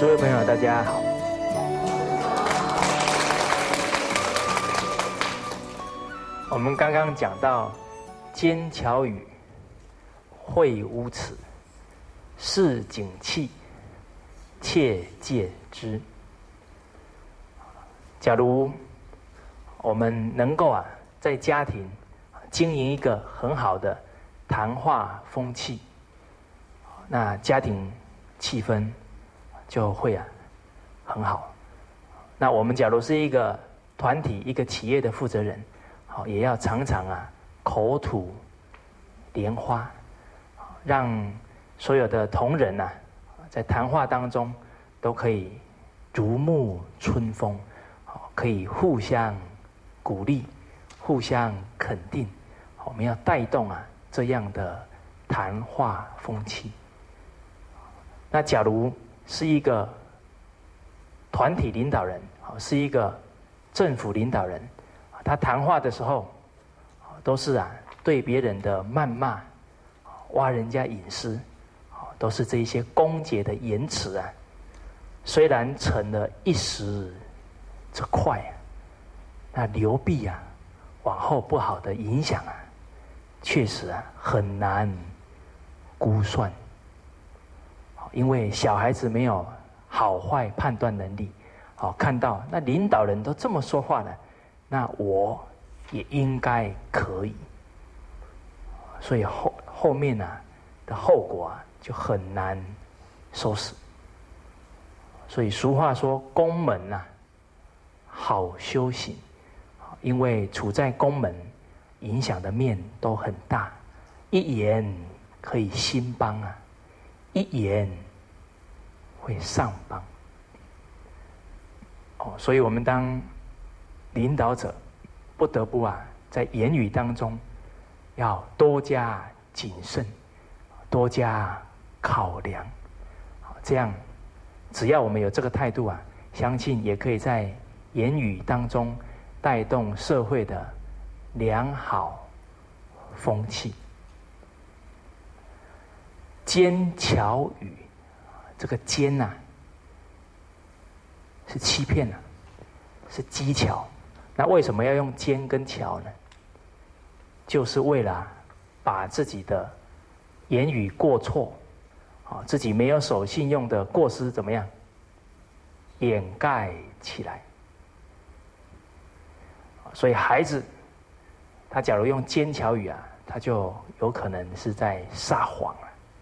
诸位朋友，大家好。我们刚刚讲到奸巧语、秽污词、市井气，切戒之。假如我们能够在家庭经营一个很好的谈话风气，那家庭气氛就会很好。那我们假如是一个团体、一个企业的负责人，也要常常口吐莲花，让所有的同仁在谈话当中都可以如沐春风，可以互相鼓励、互相肯定。我们要带动这样的谈话风气。那假如是一个团体领导人，是一个政府领导人，他谈话的时候都是对别人的谩骂、挖人家隐私，都是这一些攻讦的言辞虽然成了一时之快，那流弊往后不好的影响确实很难估算。因为小孩子没有好坏判断能力，看到那领导人都这么说话了，那我也应该可以，所以后面的后果就很难收拾。所以俗话说，宫门好修行，因为处在宫门，影响的面都很大，一言可以兴邦一言会上邦。所以我们当领导者，不得不在言语当中要多加谨慎，多加考量。这样，只要我们有这个态度相信也可以在言语当中带动社会的良好风气。奸巧语，这个奸是欺骗是技巧。那为什么要用奸跟巧呢？就是为了把自己的言语过错，自己没有守信用的过失怎么样掩盖起来。所以孩子他假如用奸巧语他就有可能是在撒谎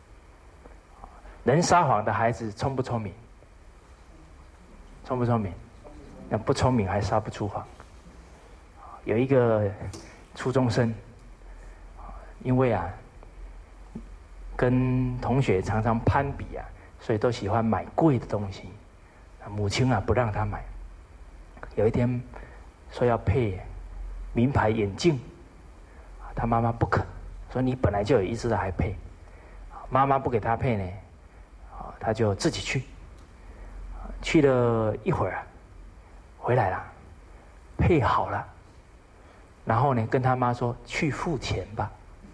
能撒谎的孩子聪不聪明？聪不聪明？那不聪明还撒不出谎。有一个初中生，因为跟同学常常攀比所以都喜欢买贵的东西。母亲不让他买。有一天说要配名牌眼镜，他妈妈不肯，说你本来就有一只还配。妈妈不给他配呢，他就自己去。去了一会儿回来了，配好了，然后呢跟他妈说去付钱吧。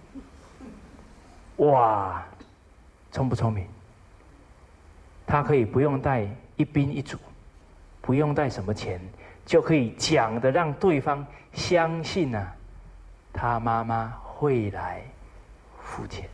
哇，聪不聪明？他可以不用带一兵一卒，不用带什么钱，就可以讲的让对方相信他妈妈会来付钱。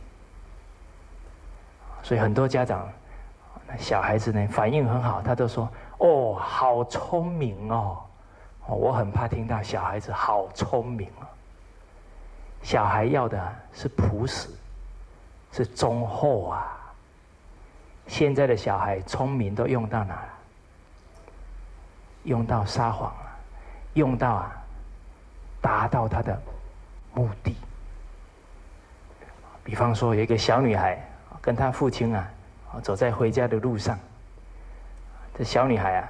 所以很多家长小孩子呢反应很好，他都说哦好聪明哦。我很怕听到小孩子好聪明哦。小孩要的是朴实，是忠厚现在的小孩聪明都用到哪了？用到撒谎用到达到他的目的。比方说有一个小女孩跟她父亲走在回家的路上，这小女孩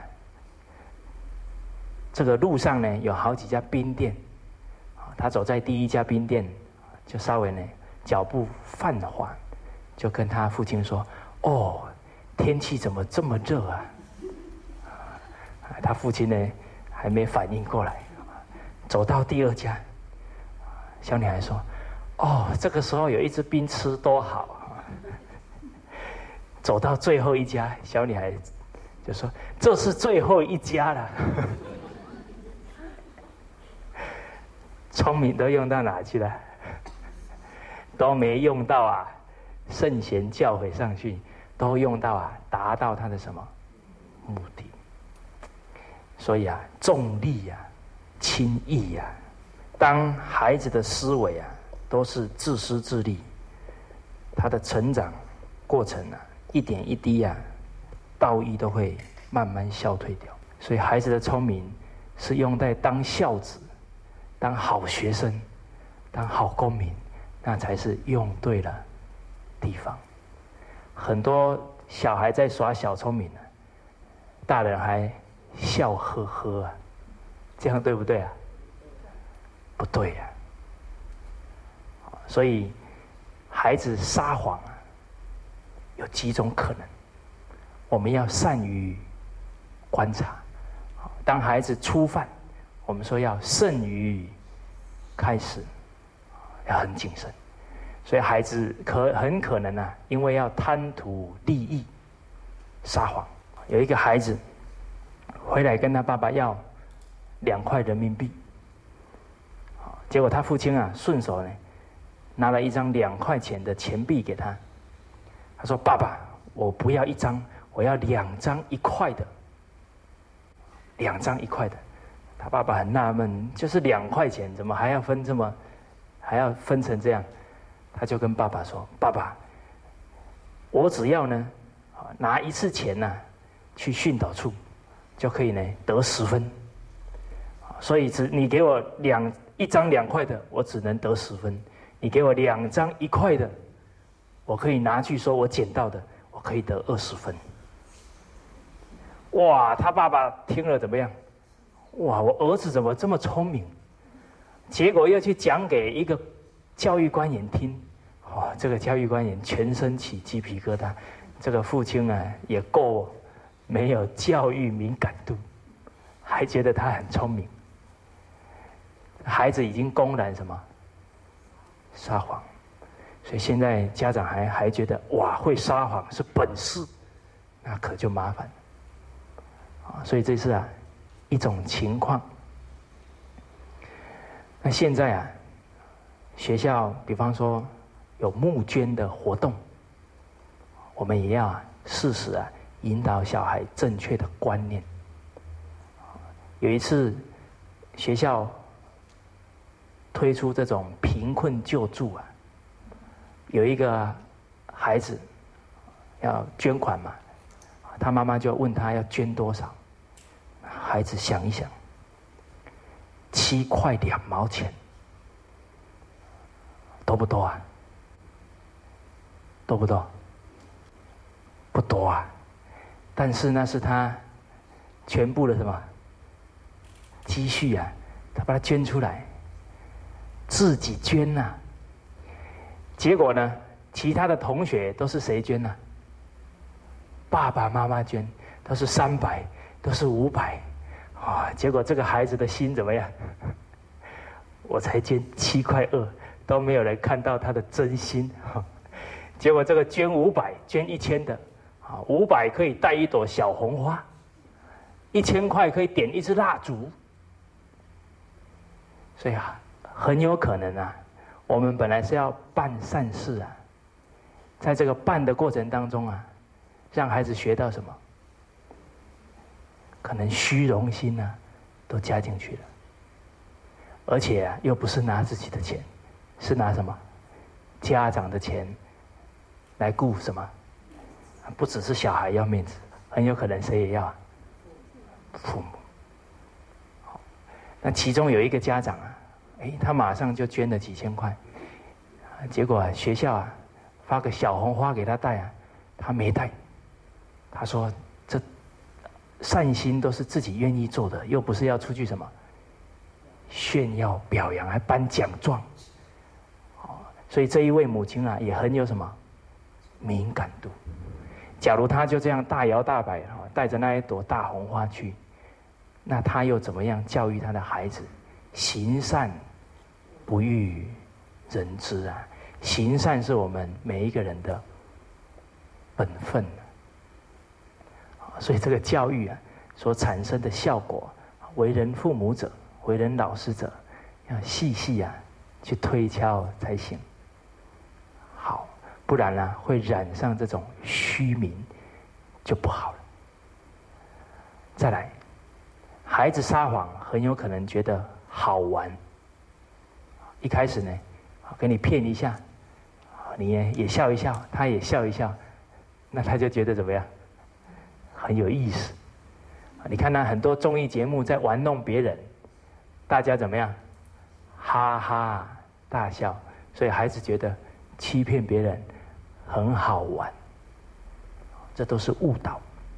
这个路上呢有好几家冰店，她走在第一家冰店，就稍微呢脚步放缓，就跟她父亲说：“哦，天气怎么这么热啊？”她父亲呢还没反应过来，走到第二家，小女孩说：“哦，这个时候有一支冰吃多好。”走到最后一家，小女孩就说这是最后一家了。聪明都用到哪去了？都没用到啊，圣贤教诲上去，都用到啊，达到他的什么目的？所以啊，重利啊，轻义啊。当孩子的思维啊，都是自私自利，他的成长过程啊，一点一滴啊，道义都会慢慢消退掉。所以孩子的聪明是用在当孝子、当好学生、当好公民，那才是用对了地方。很多小孩在耍小聪明，大人还笑呵呵啊，这样对不对啊？不对啊。所以孩子撒谎啊，有几种可能，我们要善于观察。当孩子初犯，我们说要慎于开始，要很谨慎。所以孩子很可能啊，因为要贪图利益，撒谎。有一个孩子回来跟他爸爸要2块人民币，结果他父亲啊顺手呢拿了一张2块钱的钱币给他，他说：“爸爸，我不要1张，我要2张1块的，2张1块的。”他爸爸很纳闷，就是2块钱，怎么还要分成这样？他就跟爸爸说：“爸爸，我只要呢拿1次钱呢去训导处，就可以呢得10分。所以你给我1张2块的，我只能得10分；你给我2张1块的，我可以拿去说我捡到的，我可以得20分。”哇！他爸爸听了怎么样？哇！我儿子怎么这么聪明？结果又去讲给一个教育官员听，哇！这个教育官员全身起鸡皮疙瘩。这个父亲啊，也够没有教育敏感度，还觉得他很聪明。孩子已经公然什么撒谎，所以现在家长还觉得哇，会撒谎是本事，那可就麻烦了。所以这是啊一种情况。那现在啊，学校比方说有募捐的活动，我们也要适时啊引导小孩正确的观念。有一次学校推出这种贫困救助啊，有一个孩子要捐款嘛，他妈妈就问他要捐多少，孩子想一想，7块2毛钱，多不多啊？多不多？不多啊，但是那是他全部的什么积蓄啊，他把它捐出来，自己捐啊。结果呢，其他的同学都是谁捐呢？爸爸妈妈捐，都是300，都是500，结果这个孩子的心怎么样？我才捐7块2，都没有人看到他的真心。结果这个捐500、捐1000的，500可以带一朵小红花，1000块可以点一支蜡烛。所以啊，很有可能啊，我们本来是要办善事啊，在这个办的过程当中啊，让孩子学到什么？可能虚荣心啊，都加进去了。而且啊，又不是拿自己的钱，是拿什么？家长的钱来顾什么？不只是小孩要面子，很有可能谁也要？父母。那其中有一个家长啊，他马上就捐了几千块，结果学校啊发个小红花给他带啊，他没带。他说这善心都是自己愿意做的，又不是要出去什么炫耀表扬，还颁奖状。所以这一位母亲啊，也很有什么敏感度。假如他就这样大摇大摆带着那一朵大红花去，那他又怎么样教育他的孩子？行善不欲人知啊！行善是我们每一个人的本分。 所以这个教育啊所产生的效果，为人父母者、为人老师者，要细细啊去推敲才行。好，不然呢会染上这种虚名，就不好了。再来，孩子撒谎很有可能觉得好玩，一开始呢，给你骗一下，你也笑一笑，他也笑一笑，那他就觉得怎么样？很有意思。你看他很多综艺节目在玩弄别人，大家怎么样？哈哈大笑，所以孩子觉得欺骗别人很好玩，这都是误导。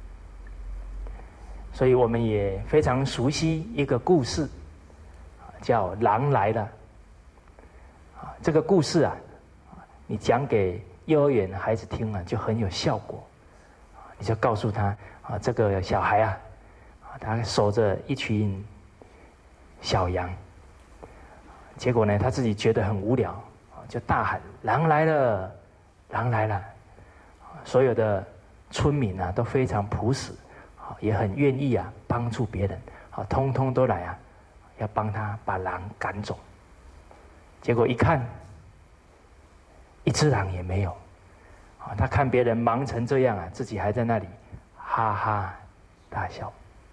所以我们也非常熟悉一个故事，叫《狼来了》。这个故事啊，你讲给幼儿园孩子听了就很有效果。你就告诉他啊，这个小孩啊，他守着一群小羊，结果呢，他自己觉得很无聊，就大喊：“狼来了，狼来了！”所有的村民啊都非常朴实，也很愿意啊帮助别人，通通都来啊，要帮他把狼赶走。结果一看，一只狼也没有。他看别人忙成这样啊，自己还在那里哈哈大笑。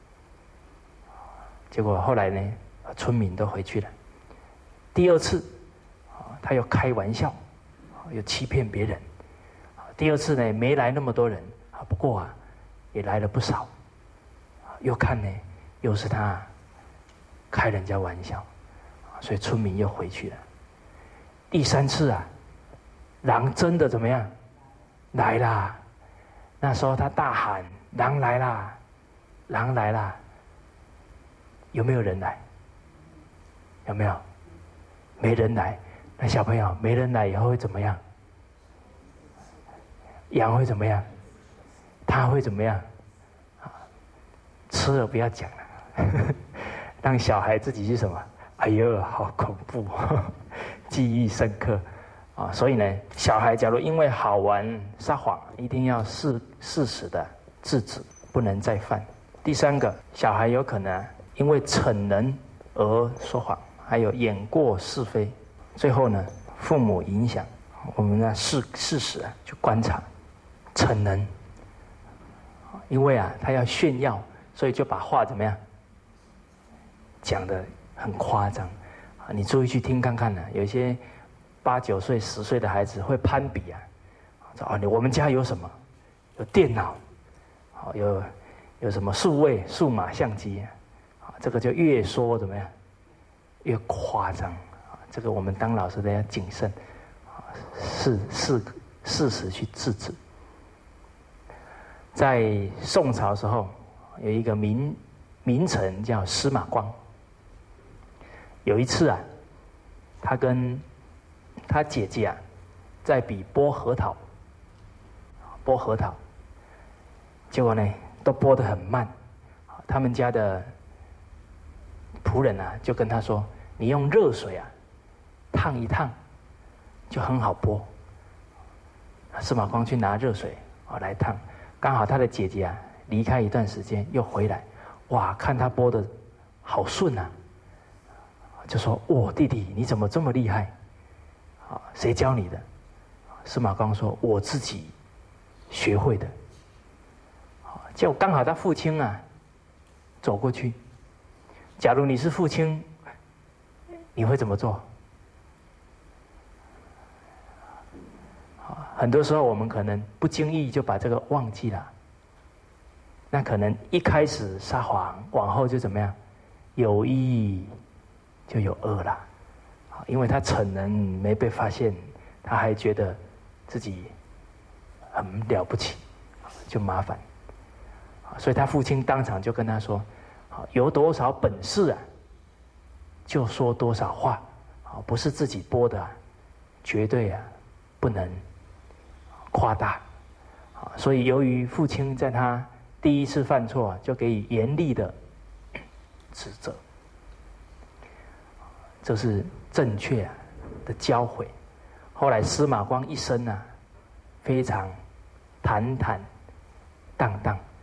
结果后来呢，村民都回去了。第二次，他又开玩笑，又欺骗别人。第二次呢，没来那么多人，不过啊，也来了不少。又看呢，又是他开人家玩笑，所以村民又回去了。第三次啊，狼真的怎么样？来啦！那时候他大喊：“狼来啦，狼来啦！”有没有人来？有没有？没人来。那小朋友，没人来以后会怎么样？羊会怎么样？他会怎么样？吃了不要讲了，让小孩自己是什么？哎呦，好恐怖，记忆深刻。所以呢，小孩假如因为好玩撒谎，一定要适时的制止，不能再犯。第三个，小孩有可能因为逞能而说谎，还有眼过是非。最后呢，父母影响，我们呢适时啊去观察，逞能，因为啊他要炫耀，所以就把话怎么样讲得很夸张啊。你注意去听看看呢，有一些8、9岁、10岁的孩子会攀比啊，说我们家有什么？有电脑，有什么数码相机啊，这个就越说怎么样，越夸张啊。这个我们当老师的要谨慎啊，适时去制止。在宋朝的时候，有一个名臣叫司马光。有一次啊，他跟他姐姐啊，在比剥核桃，结果呢，都剥得很慢。他们家的仆人啊，就跟他说：“你用热水啊，烫一烫，就很好剥。”司马光去拿热水来烫，刚好他的姐姐啊离开一段时间又回来，哇，看他剥的好顺啊，就说：“哇，弟弟你怎么这么厉害？谁教你的？”司马光说：“我自己学会的。”结果刚好他父亲啊走过去。假如你是父亲，你会怎么做？很多时候我们可能不经意就把这个忘记了。那可能一开始撒谎，往后就怎么样？有一就有二了。因为他逞能没被发现，他还觉得自己很了不起，就麻烦。所以他父亲当场就跟他说：“有多少本事啊，就说多少话，不是自己剥的啊，绝对啊不能夸大。”所以由于父亲在他第一次犯错，就给予严厉的指责。这是正确的教诲。后来司马光一生啊，非常坦坦荡荡，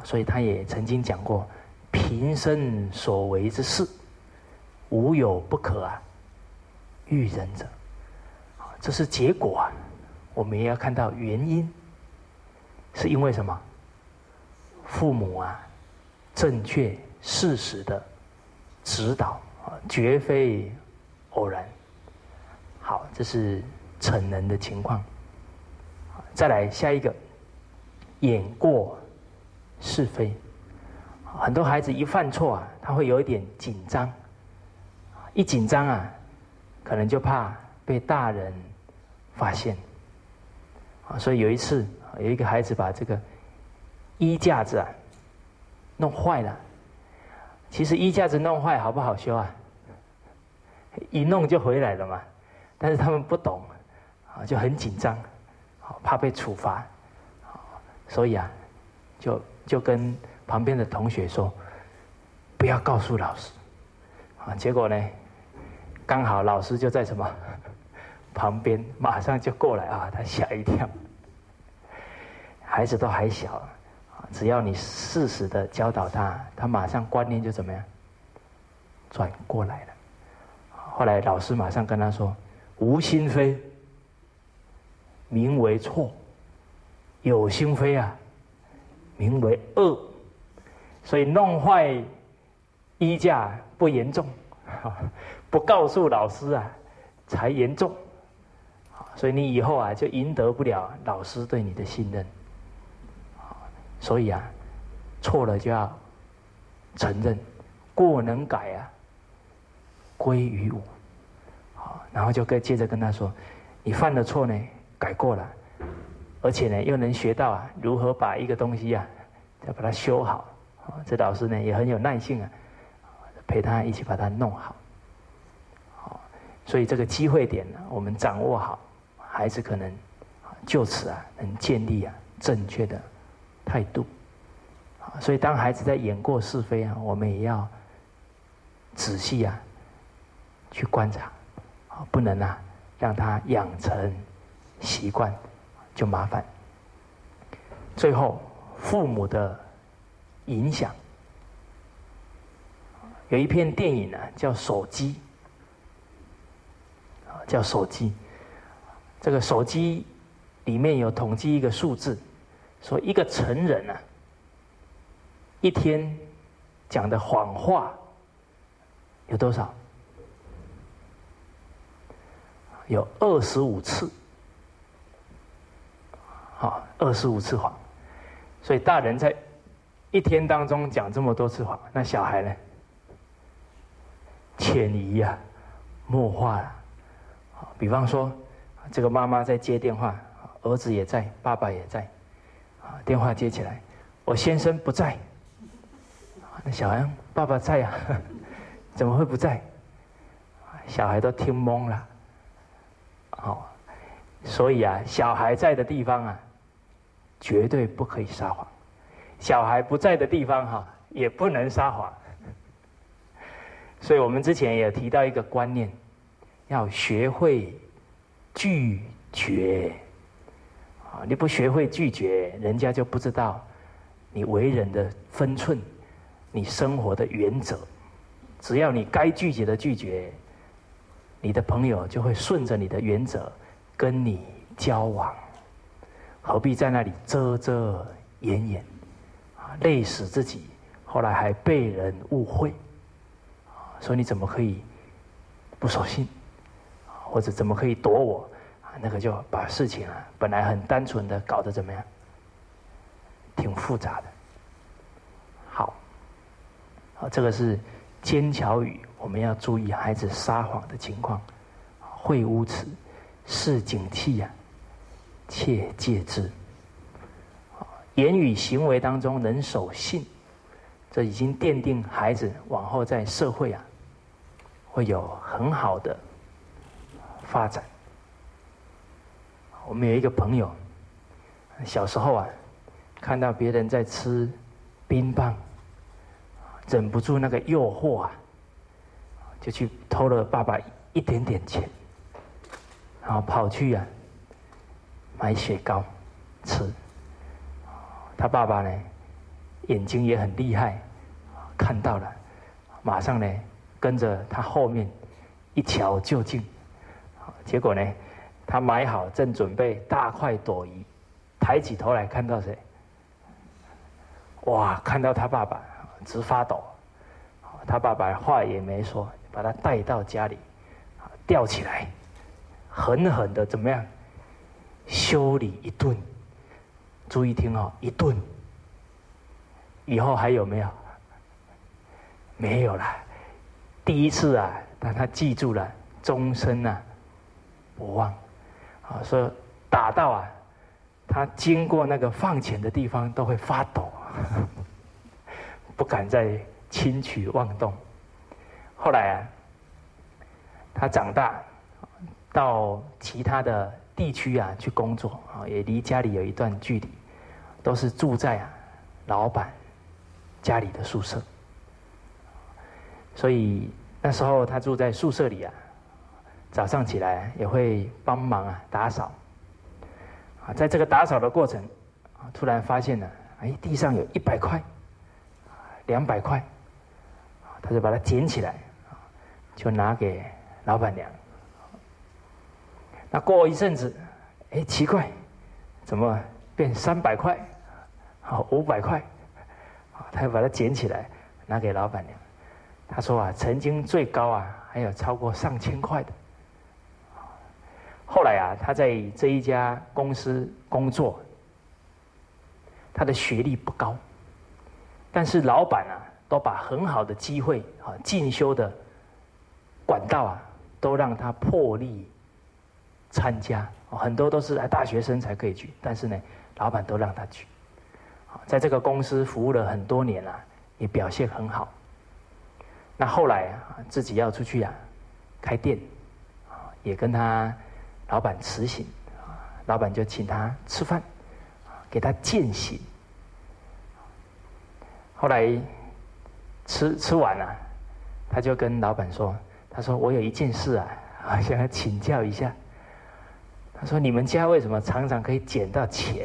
所以他也曾经讲过：平生所为之事，无有不可喻人者。这是结果啊，我们也要看到原因，是因为什么？父母正确事实的指导绝非偶然。好，这是成人的情况。再来下一个，眼过是非。很多孩子一犯错他会有一点紧张，一紧张可能就怕被大人发现。所以有一次，有一个孩子把这个衣架子弄坏了。其实衣架子弄坏好不好修一弄就回来了嘛。但是他们不懂就很紧张，怕被处罚，所以就跟旁边的同学说，不要告诉老师。结果呢，刚好老师就在什么旁边，马上就过来他吓一跳。孩子都还小，只要你适时的教导他，他马上观念就怎么样转过来了。后来老师马上跟他说：无心非，名为错；有心非名为恶。所以弄坏衣架不严重，不告诉老师才严重。所以你以后就赢得不了老师对你的信任。所以错了就要承认，过能改归于无。然后就接着跟他说，你犯了错呢，改过了，而且呢又能学到如何把一个东西再把它修好。这老师呢也很有耐性陪他一起把它弄好。所以这个机会点我们掌握好，孩子可能就此能建立正确的态度。所以当孩子在眼过是非我们也要仔细去观察，不能让他养成习惯，就麻烦。最后，父母的影响，有一篇电影叫《手机》，叫《手机》。这个手机里面有统计一个数字，说一个成人一天讲的谎话有多少？有25次。25次谎。所以大人在一天当中讲这么多次谎，那小孩呢？潜移默化了。比方说，这个妈妈在接电话，儿子也在，爸爸也在，电话接起来，我先生不在。那小孩，爸爸在怎么会不在？小孩都听懵了。所以小孩在的地方绝对不可以撒谎；小孩不在的地方也不能撒谎。所以我们之前也提到一个观念，要学会拒绝。你不学会拒绝，人家就不知道你为人的分寸，你生活的原则。只要你该拒绝的拒绝，你的朋友就会顺着你的原则跟你交往，何必在那里遮遮掩掩，累死自己，后来还被人误会。所以你怎么可以不守信，或者怎么可以躲我？那个就把事情本来很单纯的搞得怎么样，挺复杂的。好，这个是奸巧语，我们要注意孩子撒谎的情况。会污词，是警惕切戒之。言语行为当中能守信，这已经奠定孩子往后在社会会有很好的发展。我们有一个朋友，小时候看到别人在吃冰棒，忍不住那个诱惑就去偷了爸爸一点点钱，然后跑去买雪糕吃。他爸爸呢眼睛也很厉害，看到了，马上呢跟着他后面一瞧就近。结果呢，他买好正准备大快朵颐，抬起头来看到谁？哇！看到他爸爸直发抖。他爸爸话也没说，把他带到家里，吊起来，狠狠的怎么样？修理一顿。注意听哦，一顿。以后还有没有？没有了。第一次啊，但他记住了，终身啊不忘。所以打到啊，他经过那个放钱的地方都会发抖，不敢再轻举妄动。后来啊，他长大到其他的地区啊去工作啊，也离家里有一段距离，都是住在啊老板家里的宿舍。所以那时候他住在宿舍里啊，早上起来也会帮忙啊打扫。啊，在这个打扫的过程啊，突然发现了，哎，地上有100块、200块。他就把它捡起来，就拿给老板娘。那过一阵子，哎，奇怪，怎么变300块？好，500块，他又把它捡起来，拿给老板娘。他说啊，曾经最高啊，还有超过上千块的。后来啊，他在这一家公司工作，他的学历不高，但是老板啊，都把很好的机会啊，进修的管道啊，都让他破例参加。很多都是大学生才可以去，但是呢，老板都让他去。在这个公司服务了很多年了，也表现很好。那后来啊，自己要出去啊，开店，也跟他老板辞行，老板就请他吃饭，给他饯行。后来吃完了，他就跟老板说：“他说我有一件事啊，想要请教一下。他说你们家为什么常常可以捡到钱？”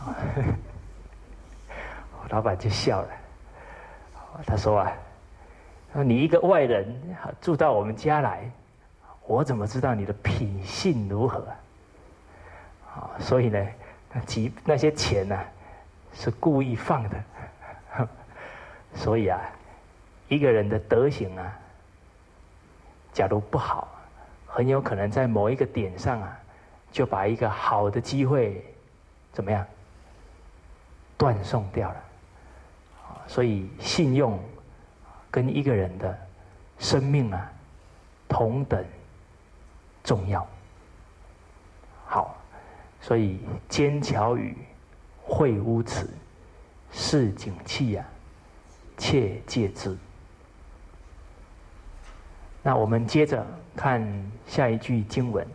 老板就笑了。他说啊，你一个外人住到我们家来，我怎么知道你的品性如何啊？所以呢，那些钱呢，是故意放的。所以啊，一个人的德行啊，假如不好，很有可能在某一个点上啊，就把一个好的机会怎么样断送掉了。所以信用跟一个人的生命啊同等重要。好，所以奸巧语、秽污词、市井气啊，切戒之。那我们接着看下一句经文。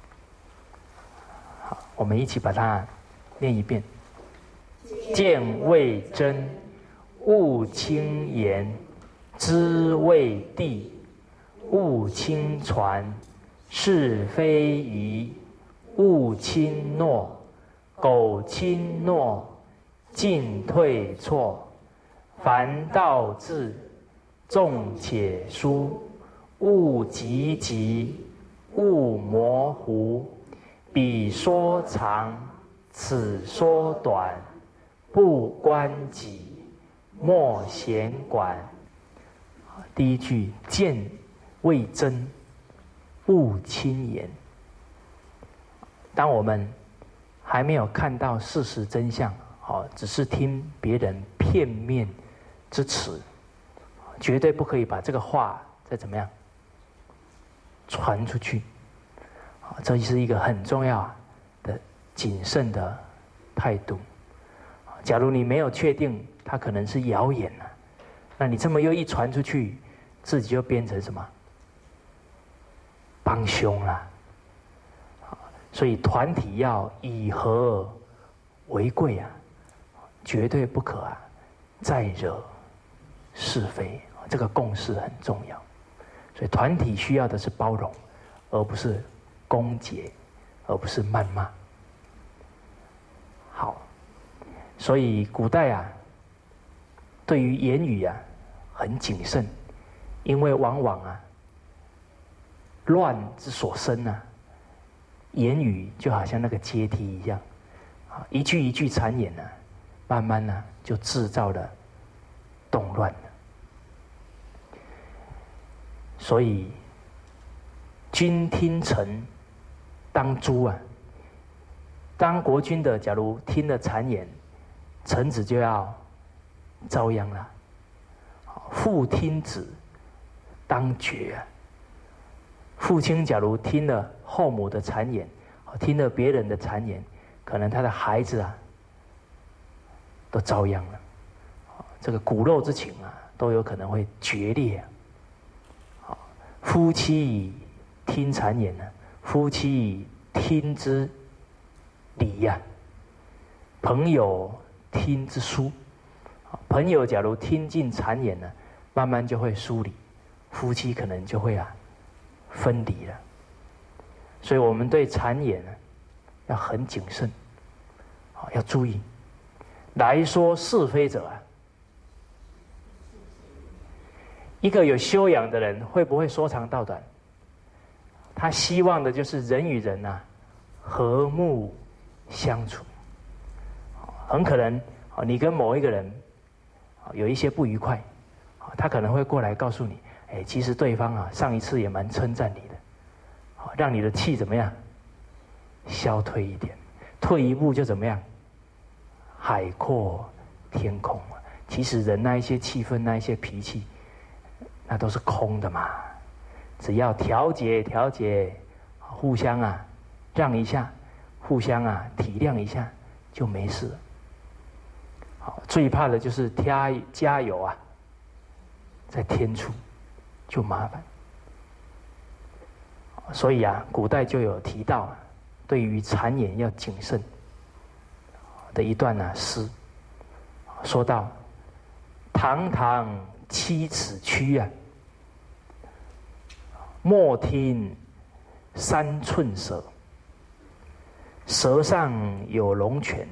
好，我们一起把它念一遍。见未真，勿轻言；知未地，勿轻传；是非疑，勿轻诺；苟轻诺，进退错；凡道至，重且疏；勿急急，勿模糊；彼说长，此说短；不关己，莫闲管。第一句，见未真，勿轻言。当我们还没有看到事实真相，只是听别人片面之词，绝对不可以把这个话再怎么样传出去。这是一个很重要的谨慎的态度。假如你没有确定它可能是谣言啊，那你这么又一传出去，自己就变成什么帮凶了。所以团体要以和为贵啊，绝对不可再惹是非。这个共识很重要。所以团体需要的是包容，而不是攻讦，而不是谩骂。好，所以古代啊， 对于言语啊很谨慎，因为往往啊乱之所生啊，言语就好像那个阶梯一样，啊，一句一句谗言呢，慢慢呢就制造了动乱了。所以君听臣当诛啊，当国君的假如听了谗言，臣子就要遭殃了。父听子当绝啊，父亲假如听了后母的谗言，听了别人的谗言，可能他的孩子啊都遭殃了。这个骨肉之情啊，都有可能会决裂啊。夫妻以听谗言呢，夫妻以听之礼呀。朋友听之疏，朋友假如听尽谗言呢，慢慢就会疏离，夫妻可能就会分离了。所以我们对谗言呢要很谨慎，要注意。来说是非者啊，一个有修养的人会不会说长道短？他希望的就是人与人啊和睦相处。很可能你跟某一个人有一些不愉快，他可能会过来告诉你，其实对方啊上一次也蛮称赞你的，让你的气怎么样消退一点，退一步就怎么样海阔天空啊。其实人那一些气氛，那一些脾气，那都是空的嘛。只要调节，互相啊让一下，互相啊体谅一下，就没事了。最怕的就是加油啊，在添醋就麻烦。所以啊，古代就有提到，对于谗言要谨慎的一段诗，说到：堂堂七尺躯啊，莫听3寸舌，舌上有龙泉，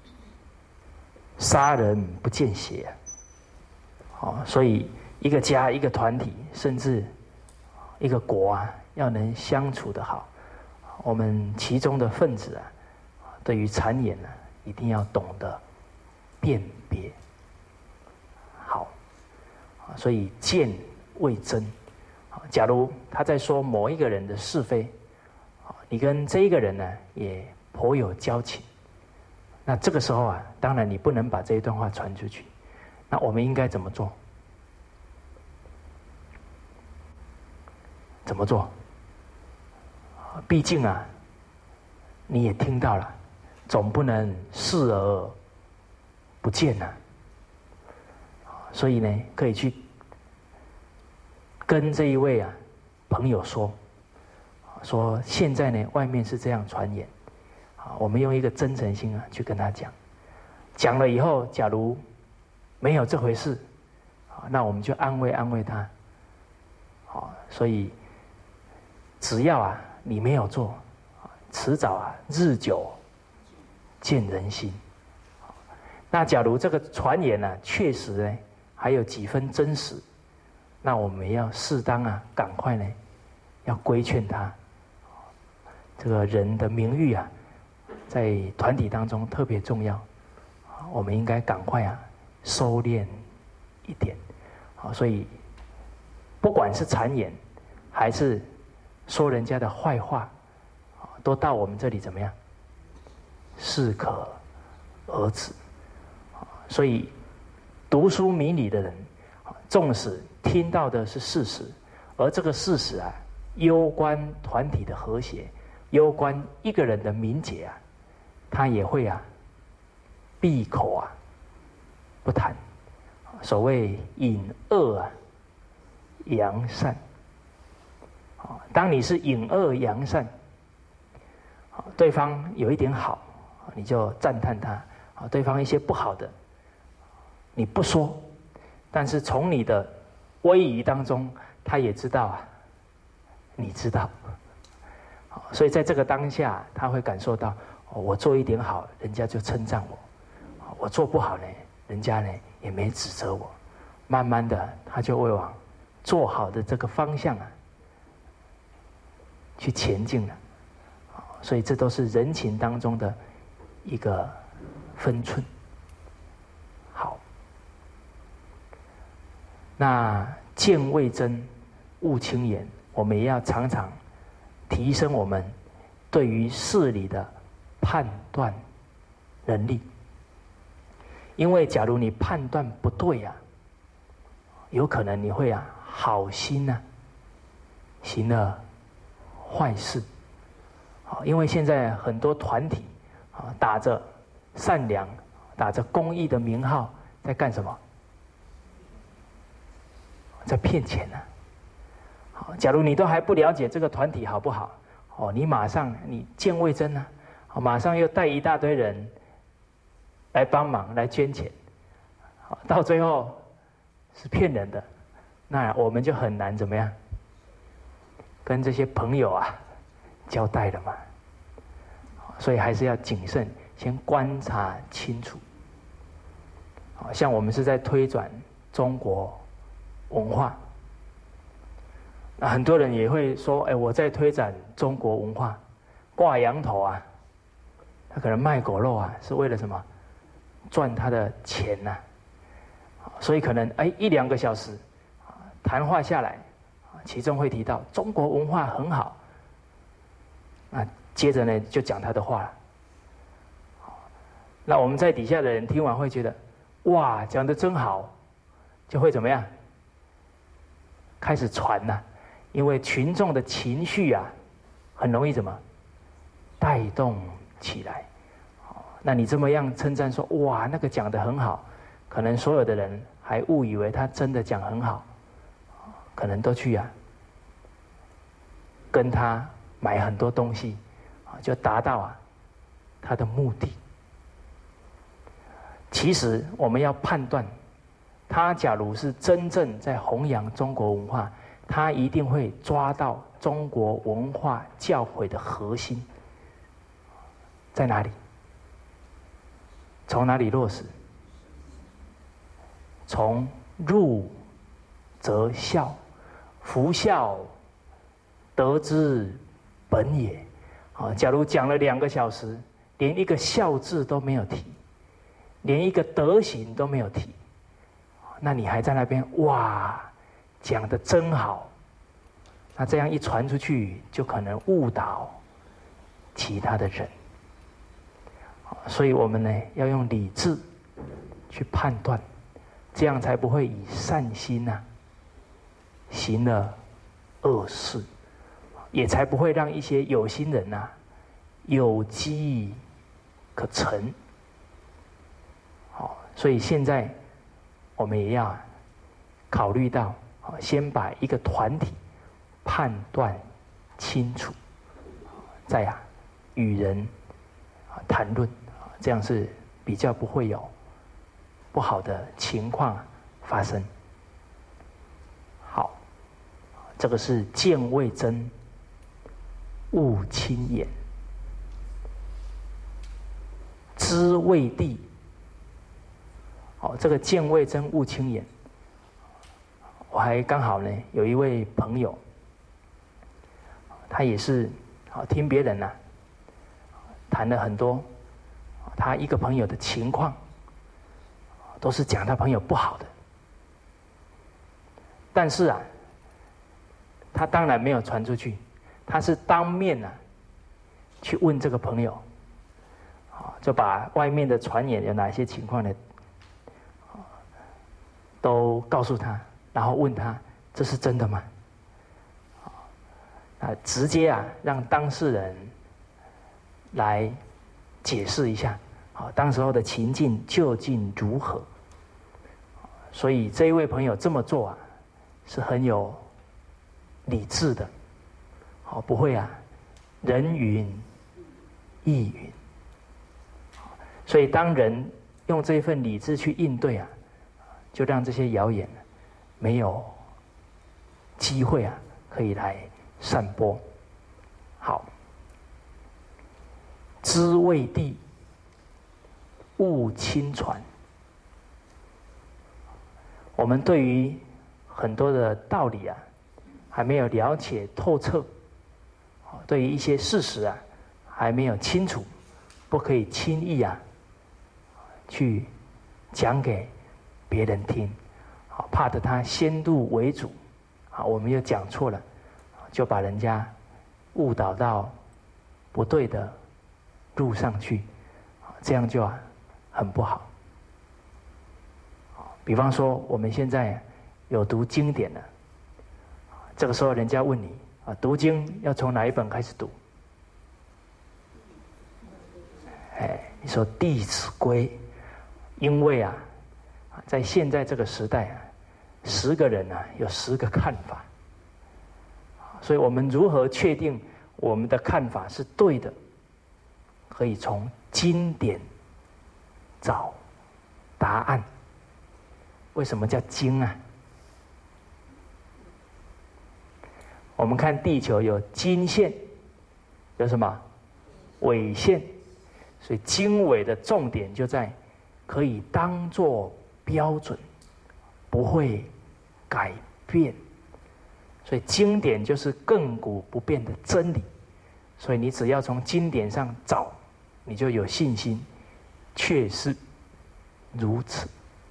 杀人不见血啊！所以一个家、一个团体，甚至一个国啊，要能相处得好，我们其中的分子啊，对于谗言呢，一定要懂得辨别好。所以见为真。假如他在说某一个人的是非，你跟这一个人呢也颇有交情，那这个时候啊，当然你不能把这一段话传出去。那我们应该怎么做？怎么做？毕竟啊，你也听到了，总不能视而不见啊。所以呢，可以去跟这一位朋友说现在呢外面是这样传言，我们用一个真诚心去跟他讲了以后，假如没有这回事，那我们就安慰他。所以只要你没有做，迟早日久见人心。那假如这个传言确实呢还有几分真实，那我们要适当赶快呢要规劝他。这个人的名誉在团体当中特别重要，我们应该赶快收敛一点。所以不管是谗言还是说人家的坏话，都到我们这里怎么样？适可而止。所以读书明理的人，纵使听到的是事实，而这个事实攸关团体的和谐，攸关一个人的名节他也会闭口不谈。所谓隐恶扬善。当你是隐恶扬善，对方有一点好，你就赞叹他；对方一些不好的，你不说，但是从你的威仪当中，他也知道你知道。所以在这个当下，他会感受到，我做一点好，人家就称赞我；我做不好呢，人家呢也没指责我，慢慢的他就会往做好的这个方向去前进了。所以这都是人情当中的一个分寸。好，那见未真，勿轻言，我们也要常常提升我们对于事理的判断能力。因为假如你判断不对有可能你会好心行了坏事。因为现在很多团体打着善良、打着公益的名号，在干什么？在骗钱假如你都还不了解这个团体好不好，你马上你见未真马上又带一大堆人来帮忙来捐钱，到最后是骗人的，那我们就很难怎么样跟这些朋友交代了嘛。所以还是要谨慎，先观察清楚。像我们是在推转中国文化，那很多人也会说，我在推展中国文化，挂羊头他可能卖狗肉是为了什么？赚他的钱所以可能1-2个小时谈话下来，其中会提到中国文化很好，接着呢就讲他的话了。那我们在底下的人听完会觉得，哇，讲得真好，就会怎么样？开始传因为群众的情绪很容易怎么带动起来。那你这么样称赞说，哇，那个讲得很好，可能所有的人还误以为他真的讲很好，可能都去跟他买很多东西，就达到他的目的。其实我们要判断，他假如是真正在弘扬中国文化，他一定会抓到中国文化教诲的核心在哪里，从哪里落实？从入则孝，夫孝，德之本也。假如讲了2个小时，连一个孝字都没有提，连一个德行都没有提，那你还在那边哇，讲得真好。那这样一传出去，就可能误导其他的人。所以我们呢，要用理智去判断，这样才不会以善心行了恶事，也才不会让一些有心人有机可乘。所以现在我们也要考虑到，先把一个团体判断清楚，再与人谈论，这样是比较不会有不好的情况发生。好，这个是见未真，勿轻言；知未地。这个见未真，勿轻言。我还刚好呢，有一位朋友，他也是听别人谈了很多他一个朋友的情况，都是讲他朋友不好的。但是他当然没有传出去，他是当面去问这个朋友，就把外面的传言有哪些情况呢，都告诉他，然后问他这是真的吗？直接让当事人来解释一下，当时候的情境究竟如何。所以这一位朋友这么做是很有理智的，不会人云亦云。所以当人用这一份理智去应对就让这些谣言没有机会可以来散播。好，知未地，勿轻传。 我们对于很多的道理啊，还没有了解透彻，对于一些事实啊，还没有清楚，不可以轻易啊去讲给别人听，怕得他先入为主，我们又讲错了，就把人家误导到不对的路上去，这样就很不好。比方说我们现在有读经典了，这个时候人家问你读经要从哪一本开始读？你说《弟子规》，因为在现在这个时代10个人有10个看法，所以我们如何确定我们的看法是对的？可以从经典找答案。为什么叫经啊？我们看地球有经线，有什么纬线，所以经纬的重点就在可以当作标准，不会改变。所以经典就是亘古不变的真理，所以你只要从经典上找，你就有信心，确是如此。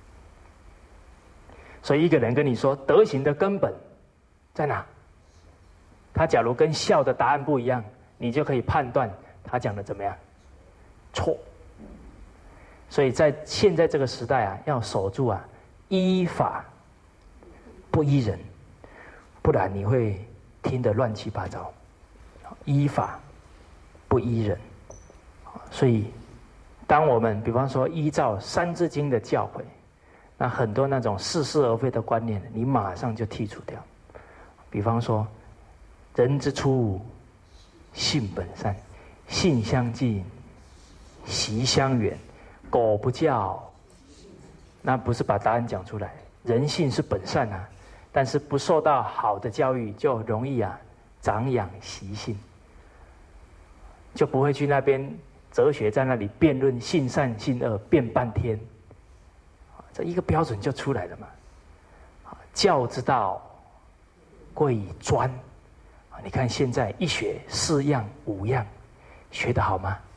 所以一个人跟你说德行的根本在哪，他假如跟孝的答案不一样，你就可以判断他讲的怎么样，错。所以在现在这个时代要守住依法不依人，不然你会听得乱七八糟。依法不依人，所以当我们比方说依照《三字经》的教诲，那很多那种似是而非的观念，你马上就剔除掉。比方说，人之初，性本善，性相近，习相远，苟不教，那不是把答案讲出来。人性是本善但是不受到好的教育，就容易长养习性，就不会去那边哲学在那里辩论性善性恶，辩半天。这一个标准就出来了嘛。教之道，贵以专。你看现在一学4样5样，学得好吗？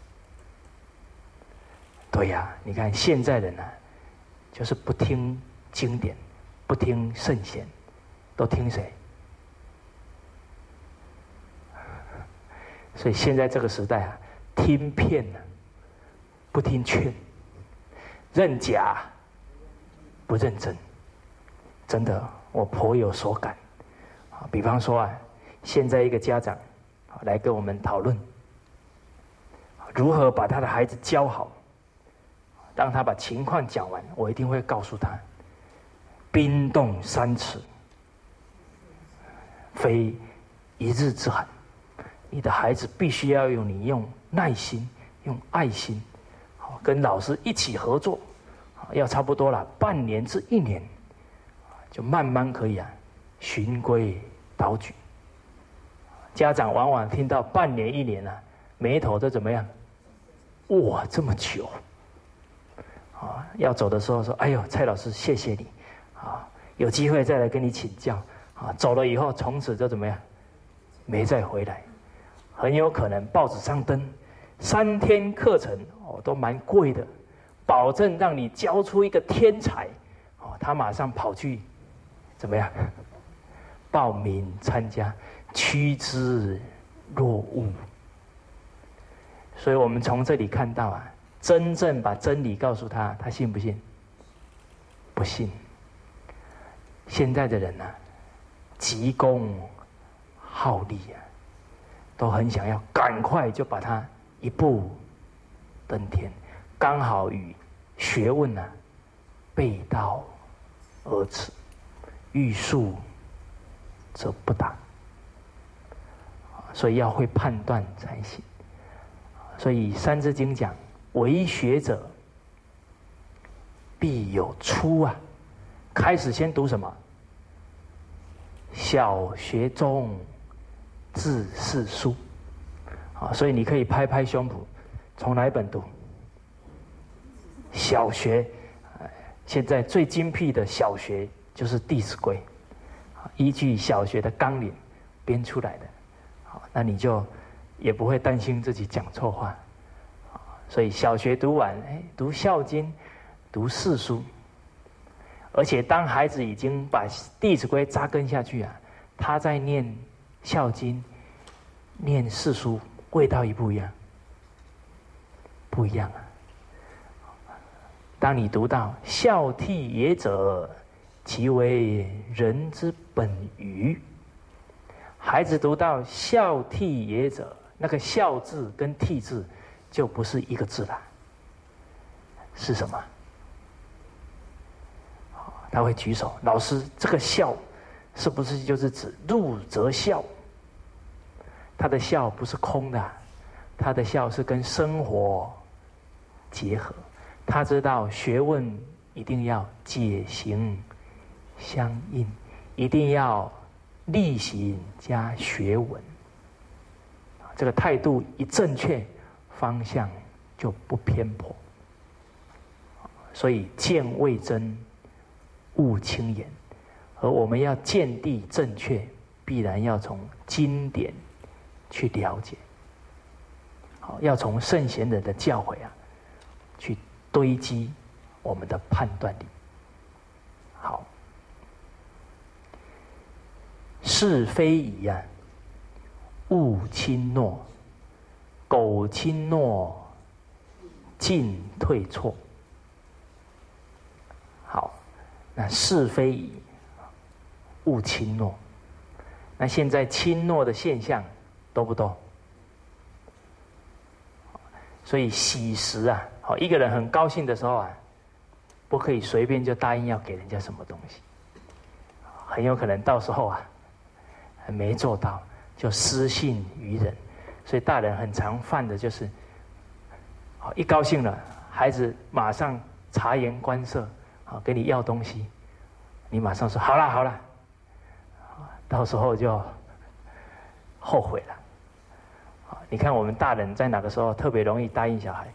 对呀，你看现在人就是不听经典，不听圣贤，都听谁？所以现在这个时代听骗不听劝，认假不认真，真的我颇有所感。比方说现在一个家长来跟我们讨论如何把他的孩子教好。当他把情况讲完，我一定会告诉他：冰冻3尺，非一日之寒。你的孩子必须要用耐心、用爱心，跟老师一起合作，要差不多了半年至1年，就慢慢可以循规蹈矩。家长往往听到半年1年眉头都怎么样？哇，这么久！要走的时候说：“哎呦，蔡老师，谢谢你有机会再来跟你请教走了以后，从此就怎么样？没再回来。很有可能报纸上登3天课程都蛮贵的，保证让你教出一个天才他马上跑去怎么样？报名参加，趋之若鹜。所以我们从这里看到真正把真理告诉他，他信不信？不信。现在的人急功好利都很想要赶快就把他一步登天，刚好与学问背道而驰，欲速则不达。所以要会判断才行。所以《三字经》讲：为学者必有初开始先读什么？小学中字是书所以你可以拍拍胸脯，从哪一本读？小学，现在最精辟的小学就是《弟子规》，依据小学的纲领编出来的。好，那你就也不会担心自己讲错话。所以小学读完，读《孝经》，读四书。而且当孩子已经把《弟子规》扎根下去啊，他在念《孝经》、念四书，味道一不一样？不一样啊！当你读到“孝悌也者，其为人之本与”，孩子读到“孝悌也者”，那个“孝”字跟“悌”字就不是一个字了，是什么？他会举手，老师，这个孝是不是就是指入则孝？他的孝不是空的，他的孝是跟生活结合。他知道学问一定要解行相应，一定要力行加学文。这个态度一正确，方向就不偏颇。所以见未真，勿轻言。而我们要见地正确，必然要从经典去了解。好，要从圣贤人的教诲啊，去堆积我们的判断力。好，是非宜啊，勿轻诺，苟轻诺，进退错。好，那是非宜，勿轻诺。那现在轻诺的现象多不多？所以喜食啊，好，一个人很高兴的时候啊，不可以随便就答应要给人家什么东西，很有可能到时候啊，没做到就失信于人。所以大人很常犯的就是，好，一高兴了，孩子马上察言观色，好，跟你要东西，你马上说好啦好啦，到时候就后悔了。你看我们大人在哪个时候特别容易答应小孩？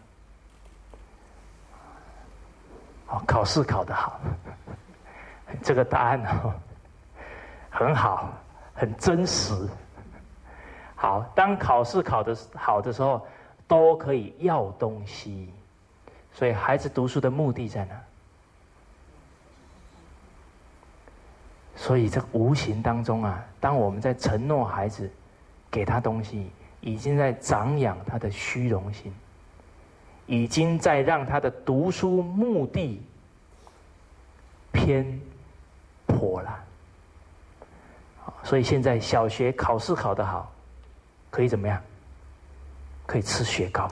考试考得好，这个答案很好，很真实。好，当考试考得好的时候，都可以要东西。所以孩子读书的目的在哪？所以这个无形当中啊，当我们在承诺孩子给他东西，已经在长养他的虚荣心，已经在让他的读书目的偏颇了。所以现在小学考试考得好，可以怎么样？可以吃雪糕。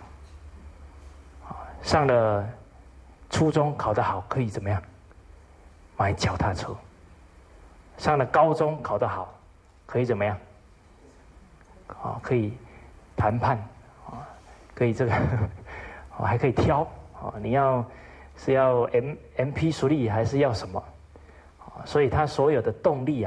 上了初中考得好，可以怎么样？买脚踏车。上了高中考得好，可以怎么样？可以谈判，可以这个，还可以挑，你是要 MP 熟力还是要什么？所以他所有的动力啊，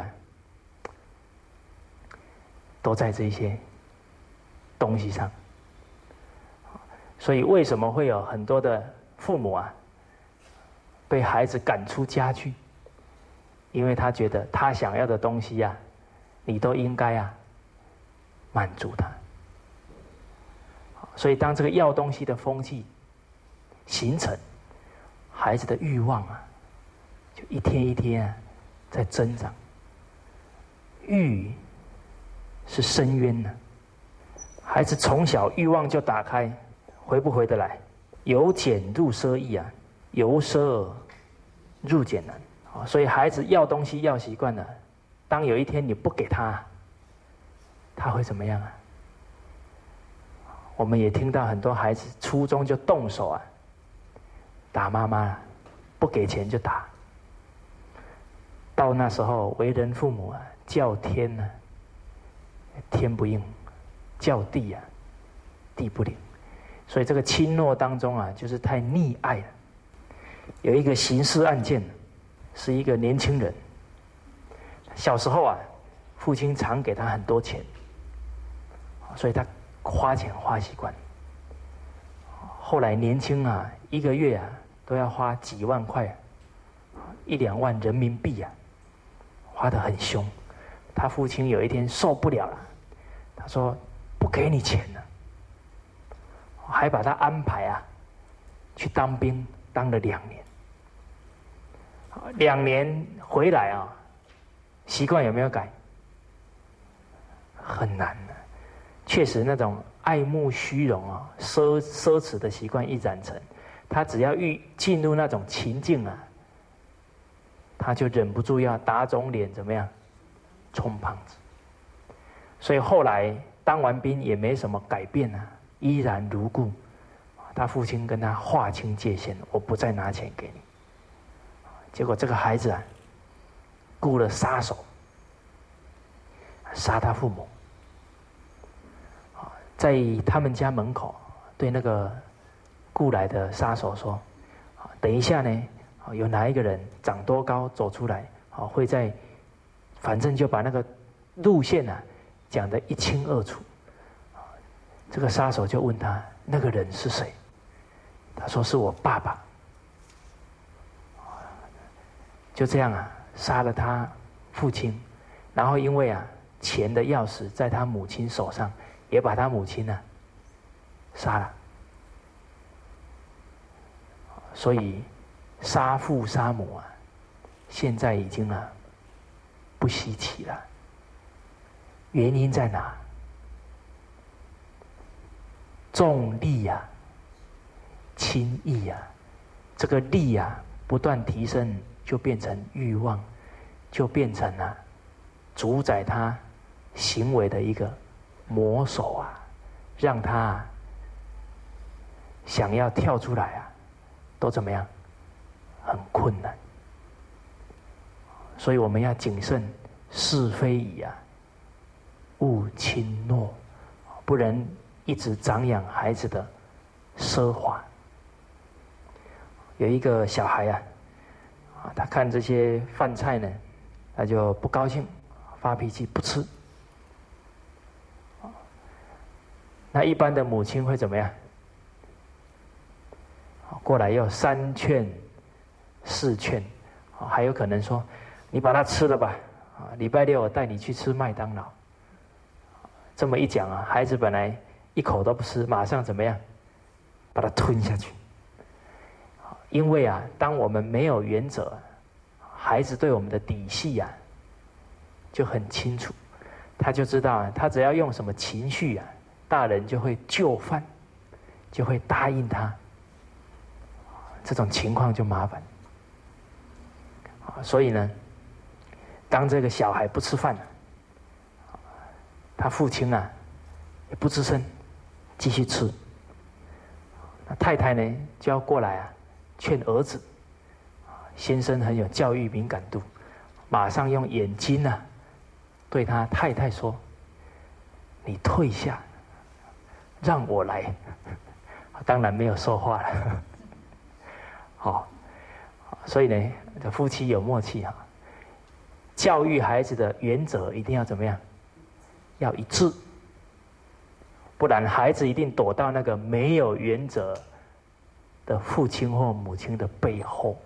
都在这些东西上。所以为什么会有很多的父母啊，被孩子赶出家去？因为他觉得他想要的东西啊，你都应该啊满足他。所以当这个要东西的风气形成，孩子的欲望啊，就一天一天啊在增长。欲是深渊呢，孩子从小欲望就打开，回不回得来？由俭入奢易啊，由奢入俭难。所以孩子要东西要习惯了，当有一天你不给他，他会怎么样啊？我们也听到很多孩子初中就动手啊，打妈妈，不给钱就打。到那时候为人父母啊，叫天呢，天不应；叫地啊，地不灵。所以这个轻诺当中啊，就是太溺爱了。有一个刑事案件，是一个年轻人，小时候啊，父亲常给他很多钱，所以他花钱花习惯。后来年轻啊，一个月啊都要花几万块，1-2万人民币啊， 花得很凶。他父亲有一天受不了了，他说不给你钱了，还把他安排去当兵，当了2年。2年回来习惯有没有改？很难的。确实那种爱慕虚荣奢侈的习惯一染成，他只要进入那种情境他就忍不住要打肿脸怎么样充胖子。所以后来当完兵也没什么改变依然如故。他父亲跟他划清界限，我不再拿钱给你。结果这个孩子雇了杀手杀他父母，在他们家门口对那个雇来的杀手说：“等一下呢，有哪一个人长多高走出来，会在，反正就把那个路线讲得一清二楚。”这个杀手就问他那个人是谁，他说是我爸爸。就这样杀了他父亲，然后因为钱的钥匙在他母亲手上，也把他母亲杀了。所以杀父杀母现在已经不稀奇了。原因在哪？重利轻义这个利不断提升，就变成欲望，就变成主宰他行为的一个魔手让他想要跳出来都怎么样？很困难。所以我们要谨慎是非矣勿轻诺，不能一直长养孩子的奢华。有一个小孩他看这些饭菜呢，他就不高兴，发脾气不吃。那一般的母亲会怎么样？过来要3劝4劝，还有可能说你把它吃了吧，礼拜6我带你去吃麦当劳。这么一讲孩子本来一口都不吃，马上怎么样？把它吞下去。因为当我们没有原则，孩子对我们的底细就很清楚，他就知道他只要用什么情绪大人就会就范，就会答应他。这种情况就麻烦。所以呢，当这个小孩不吃饭他父亲也不吱声，继续吃。那太太呢就要过来劝儿子。先生很有教育敏感度，马上用眼睛对他太太说：“你退下，让我来。”当然没有说话了。所以呢，夫妻有默契教育孩子的原则一定要怎么样？要一致，不然孩子一定躲到那个没有原则的父亲或母亲的背后。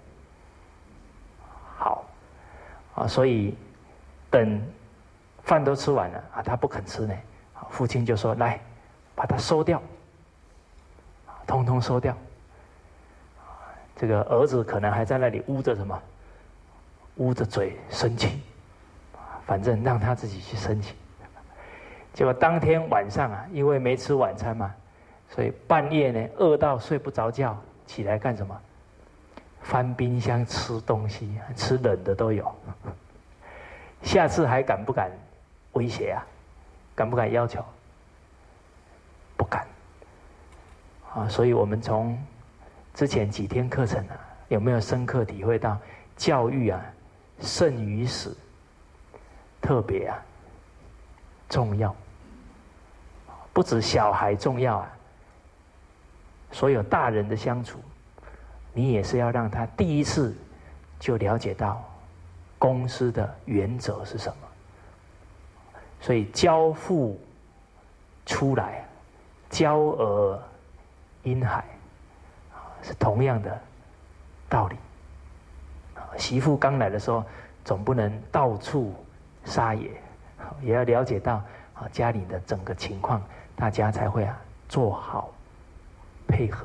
所以等饭都吃完了他不肯吃呢，父亲就说：“来，把它收掉，通通收掉。”这个儿子可能还在那里捂着什么？捂着嘴生气，反正让他自己去生气。结果当天晚上因为没吃晚餐嘛，所以半夜呢饿到睡不着觉，起来干什么？翻冰箱吃东西，吃冷的都有。下次还敢不敢威胁敢不敢要求？不敢。所以我们从之前几天课程有没有深刻体会到教育胜于死，特别重要。不止小孩重要所有大人的相处，你也是要让他第一次就了解到公司的原则是什么。所以教父出来，教儿婴孩是同样的道理。媳妇刚来的时候， 总不能到处撒野，也要了解到家里的整个情况，大家才会做好配合。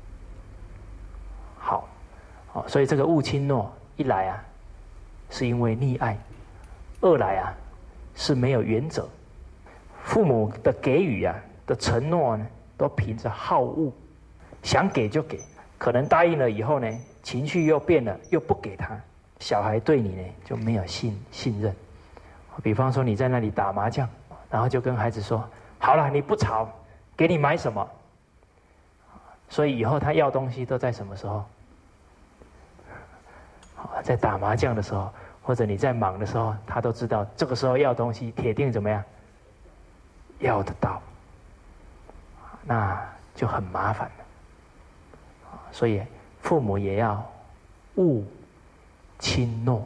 好，所以这个勿轻诺，一来是因为溺爱，二来是没有原则。父母的给予的承诺呢，都凭着好恶，想给就给，可能答应了以后呢，情绪又变了，又不给他，小孩对你呢就没有信任。比方说你在那里打麻将，然后就跟孩子说：“好了，你不吵，给你买什么。”所以以后他要东西都在什么时候？在打麻将的时候，或者你在忙的时候，他都知道这个时候要东西，铁定怎么样？要得到，那就很麻烦了。所以父母也要勿轻诺。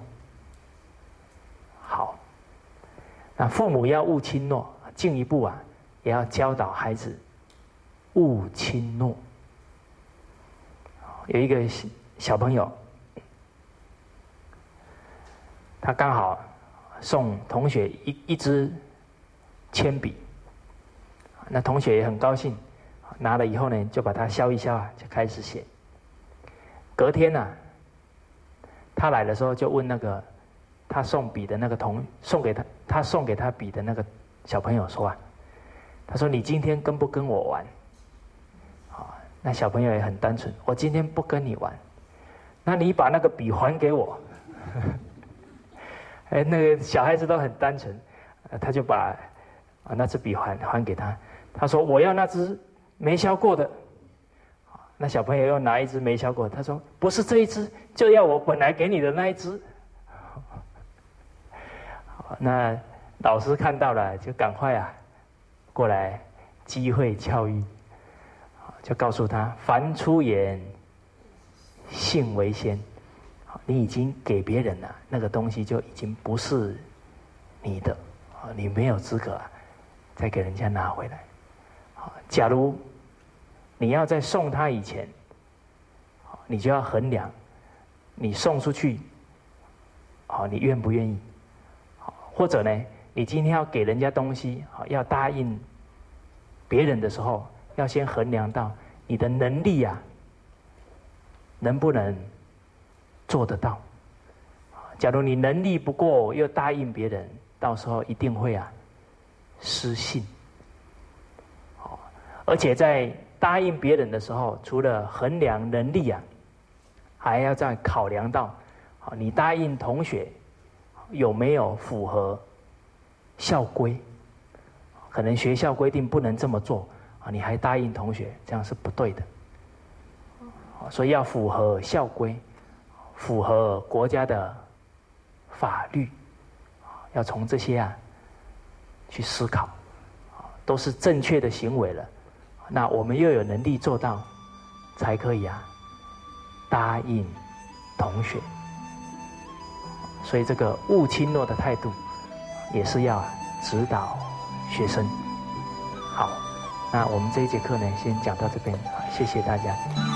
好，那父母要勿轻诺，进一步也要教导孩子勿轻诺。有一个小朋友，他刚好送同学一支铅笔，那同学也很高兴，拿了以后呢，就把它削一削就开始写。隔天他来的时候就问那个他送笔的那个送给他笔的那个小朋友说他说：“你今天跟不跟我玩？”那小朋友也很单纯，我今天不跟你玩，那你把那个笔还给我。那个小孩子都很单纯，他就把那支笔还给他。他说：“我要那支没削过的。”那小朋友又拿一支没削过的，他说：“不是这一支，就要我本来给你的那一支。”那老师看到了，就赶快过来机会教育，就告诉他：“凡出言，信为先。你已经给别人了，那个东西就已经不是你的，你没有资格再给人家拿回来。假如你要在送他以前，你就要衡量，你送出去，你愿不愿意？或者呢，你今天要给人家东西，要答应别人的时候，要先衡量到你的能力能不能做得到？假如你能力不够，又答应别人，到时候一定会失信。而且在答应别人的时候，除了衡量能力还要再考量到你答应同学有没有符合校规。可能学校规定不能这么做你还答应同学，这样是不对的。所以要符合校规，符合国家的法律，要从这些去思考，都是正确的行为了。那我们又有能力做到，才可以答应同学。所以这个勿轻诺的态度，也是要指导学生。好，那我们这一节课呢，先讲到这边，谢谢大家。